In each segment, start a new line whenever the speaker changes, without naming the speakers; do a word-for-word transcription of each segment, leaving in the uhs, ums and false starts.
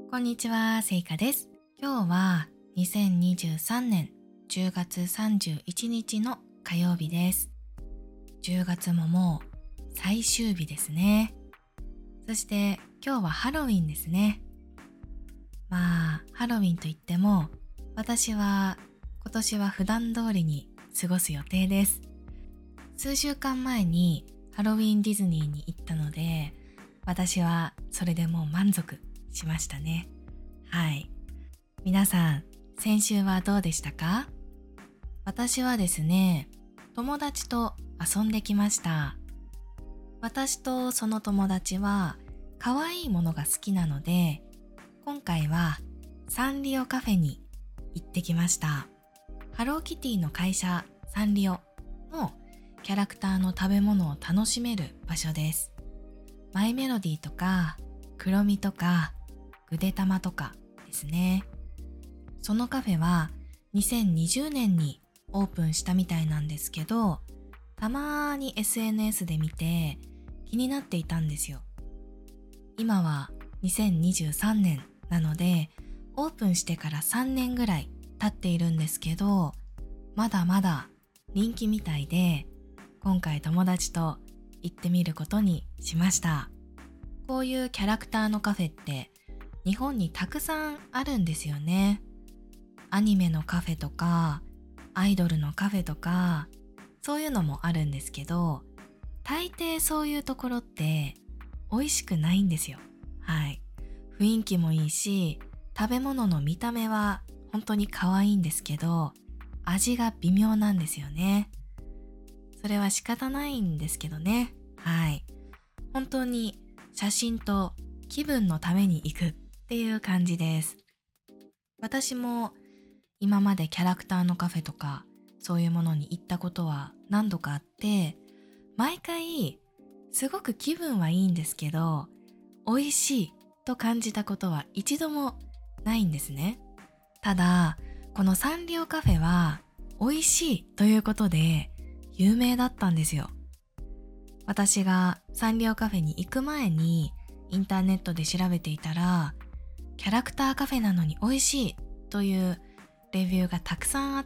こんにちは、せいかです。今日はにせんにじゅうさんねんじゅうがつさんじゅういちにちの火曜日です。じゅうがつももう最終日ですね。そして今日はハロウィンですね。まあ、ハロウィンといっても、私は今年は普段通りに過ごす予定です。数週間前にハロウィンディズニーに行ったので、私はそれでもう満足しましたね。はい。皆さん、先週はどうでしたか？私はですね、友達と遊んできました。私とその友達は可愛いものが好きなので、今回はサンリオカフェに行ってきました。ハローキティの会社サンリオのキャラクターの食べ物を楽しめる場所です。マイメロディとかクロミとかぐでたまとかですね。そのカフェはにせんにじゅうねんにオープンしたみたいなんですけど、たまーに エスエヌエス で見て気になっていたんですよ。今はにせんにじゅうさんねんなので、オープンしてからさんねんぐらい経っているんですけど、まだまだ人気みたいで、今回友達と行ってみることにしました。こういうキャラクターのカフェって日本にたくさんあるんですよね。アニメのカフェとか、アイドルのカフェとか、そういうのもあるんですけど、大抵そういうところって美味しくないんですよ。はい。雰囲気もいいし、食べ物の見た目は本当に可愛いんですけど、味が微妙なんですよね。それは仕方ないんですけどね。はい。本当に写真と気分のために行くっていう感じです。私も今までキャラクターのカフェとかそういうものに行ったことは何度かあって、毎回すごく気分はいいんですけど、美味しいと感じたことは一度もないんですね。ただ、このサンリオカフェは美味しいということで有名だったんですよ。私がサンリオカフェに行く前にインターネットで調べていたら、キャラクターカフェなのに美味しいというレビューがたくさんあって、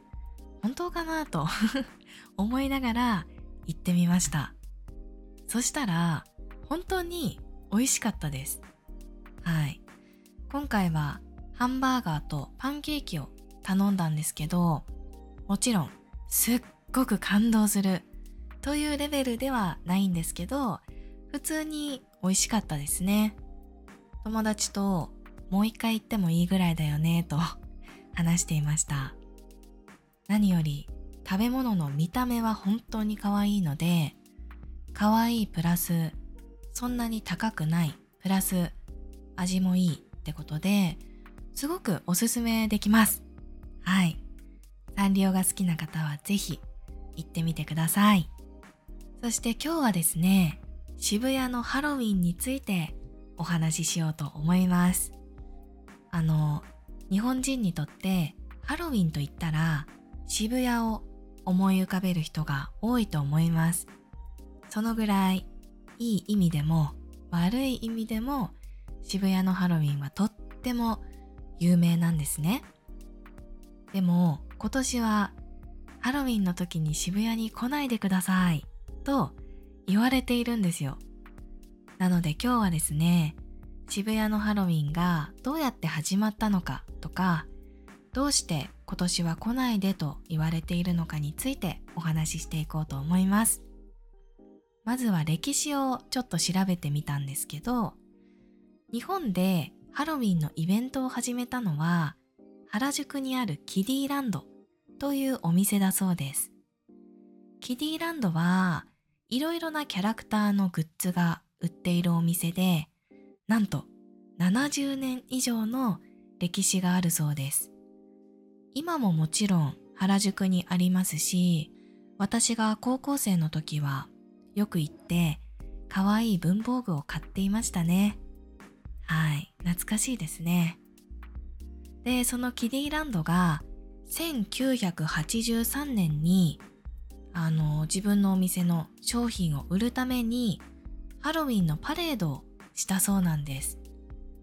本当かなと思いながら行ってみました。そしたら本当に美味しかったです。はい。今回はハンバーガーとパンケーキを頼んだんですけど、もちろんすっごく感動するというレベルではないんですけど、普通に美味しかったですね。友達ともう一回行ってもいいぐらいだよねと話していました。何より食べ物の見た目は本当に可愛いので、可愛いプラスそんなに高くないプラス味もいいってことで、すごくおすすめできます。はい。サンリオが好きな方はぜひ行ってみてください。そして今日はですね、渋谷のハロウィンについてお話ししようと思います。あの、日本人にとってハロウィンと言ったら渋谷を思い浮かべる人が多いと思います。そのぐらいいい意味でも悪い意味でも渋谷のハロウィンはとっても有名なんですね。でも今年はハロウィンの時に渋谷に来ないでくださいと言われているんですよ。なので今日はですね、渋谷のハロウィンがどうやって始まったのかとか、どうして今年は来ないでと言われているのかについてお話ししていこうと思います。まずは歴史をちょっと調べてみたんですけど、日本でハロウィンのイベントを始めたのは原宿にあるキディランドというお店だそうです。キディランドはいろいろなキャラクターのグッズが売っているお店で、なんとななじゅうねん以上の歴史があるそうです。今ももちろん原宿にありますし、私が高校生の時はよく行って可愛い文房具を買っていましたね。はい、懐かしいですね。で、そのキディランドがせんきゅうひゃくはちじゅうさんねんにあの自分のお店の商品を売るためにハロウィンのパレードをしたそうなんです。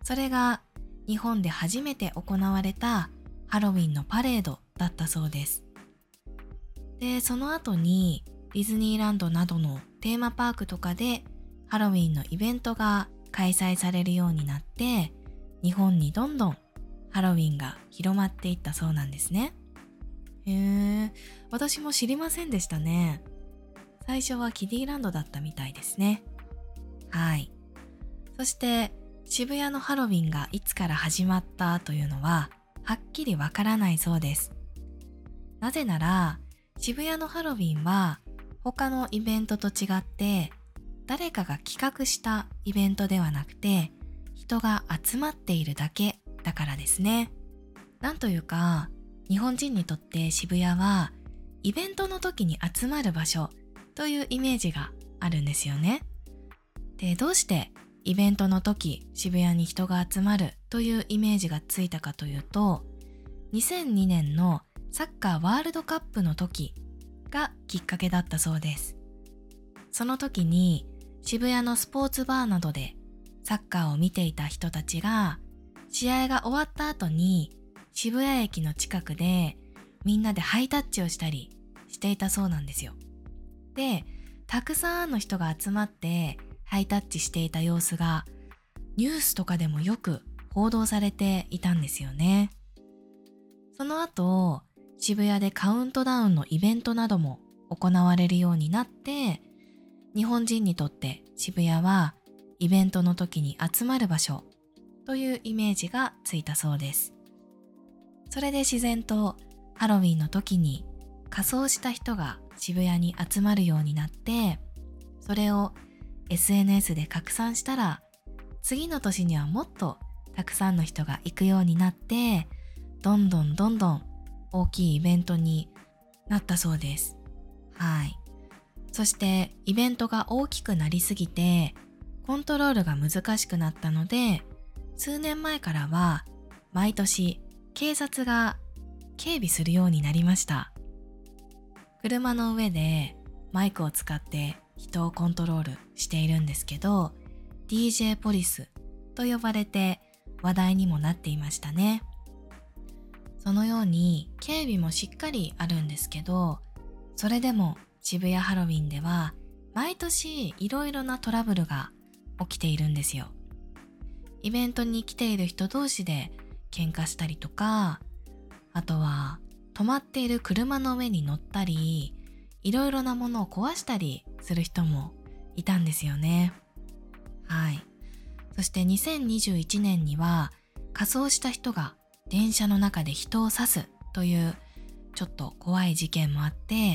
それが日本で初めて行われたハロウィンのパレードだったそうです。で、その後にディズニーランドなどのテーマパークとかでハロウィンのイベントが開催されるようになって、日本にどんどんハロウィンが広まっていったそうなんですね。へえ、私も知りませんでしたね。最初はキディランドだったみたいですね。はい。そして渋谷のハロウィンがいつから始まったというのははっきりわからないそうです。なぜなら渋谷のハロウィンは他のイベントと違って誰かが企画したイベントではなくて人が集まっているだけだからですね。なんというか日本人にとって渋谷はイベントの時に集まる場所というイメージがあるんですよね。で、どうしてイベントの時渋谷に人が集まるというイメージがついたかというと、にせんにねんのサッカーワールドカップの時がきっかけだったそうです。その時に渋谷のスポーツバーなどでサッカーを見ていた人たちが試合が終わった後に渋谷駅の近くでみんなでハイタッチをしたりしていたそうなんですよ。で、たくさんの人が集まってハイタッチしていた様子がニュースとかでもよく報道されていたんですよね。その後、渋谷でカウントダウンのイベントなども行われるようになって、日本人にとって渋谷はイベントの時に集まる場所というイメージがついたそうです。それで自然とハロウィンの時に仮装した人が渋谷に集まるようになって、それを エスエヌエス で拡散したら、次の年にはもっとたくさんの人が行くようになって、どんどんどんどん大きいイベントになったそうです。はい。そしてイベントが大きくなりすぎて、コントロールが難しくなったので、数年前からは毎年警察が警備するようになりました。車の上でマイクを使って人をコントロールしているんですけど、 ディージェー ポリスと呼ばれて話題にもなっていましたね。そのように警備もしっかりあるんですけど、それでも渋谷ハロウィンでは毎年いろいろなトラブルが起きているんですよ。イベントに来ている人同士で喧嘩したりとか、あとは止まっている車の上に乗ったり、いろいろなものを壊したりする人もいたんですよね。はい。そしてにせんにじゅういちねんには仮装した人が電車の中で人を刺すというちょっと怖い事件もあって、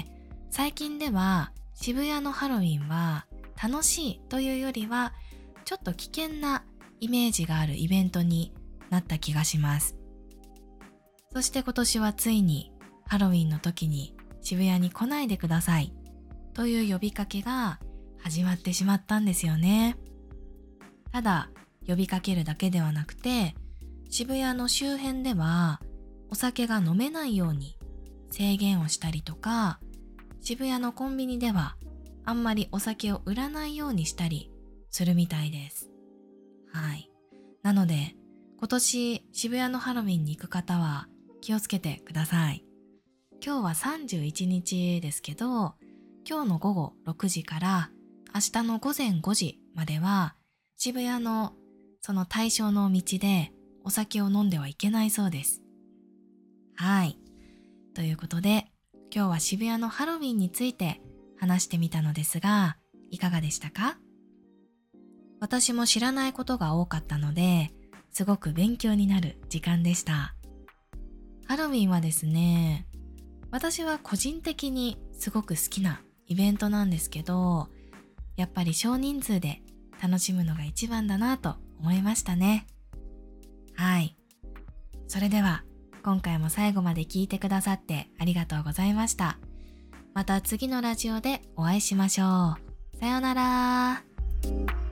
最近では渋谷のハロウィンは楽しいというよりはちょっと危険なイメージがあるイベントになった気がします。そして今年はついにハロウィンの時に渋谷に来ないでくださいという呼びかけが始まってしまったんですよね。ただ呼びかけるだけではなくて、渋谷の周辺ではお酒が飲めないように制限をしたりとか、渋谷のコンビニではあんまりお酒を売らないようにしたりするみたいです。はい。なので今年渋谷のハロウィンに行く方は気をつけてください。今日はさんじゅういちにちですけど、今日の午後ろくじから明日の午前ごじまでは渋谷のその対象の道でお酒を飲んではいけないそうです。はい。ということで今日は渋谷のハロウィンについて話してみたのですが、いかがでしたか？私も知らないことが多かったので、すごく勉強になる時間でした。ハロウィンはですね、私は個人的にすごく好きなイベントなんですけど、やっぱり少人数で楽しむのが一番だなと思いましたね。はい。それでは今回も最後まで聞いてくださってありがとうございました。また次のラジオでお会いしましょう。さようなら。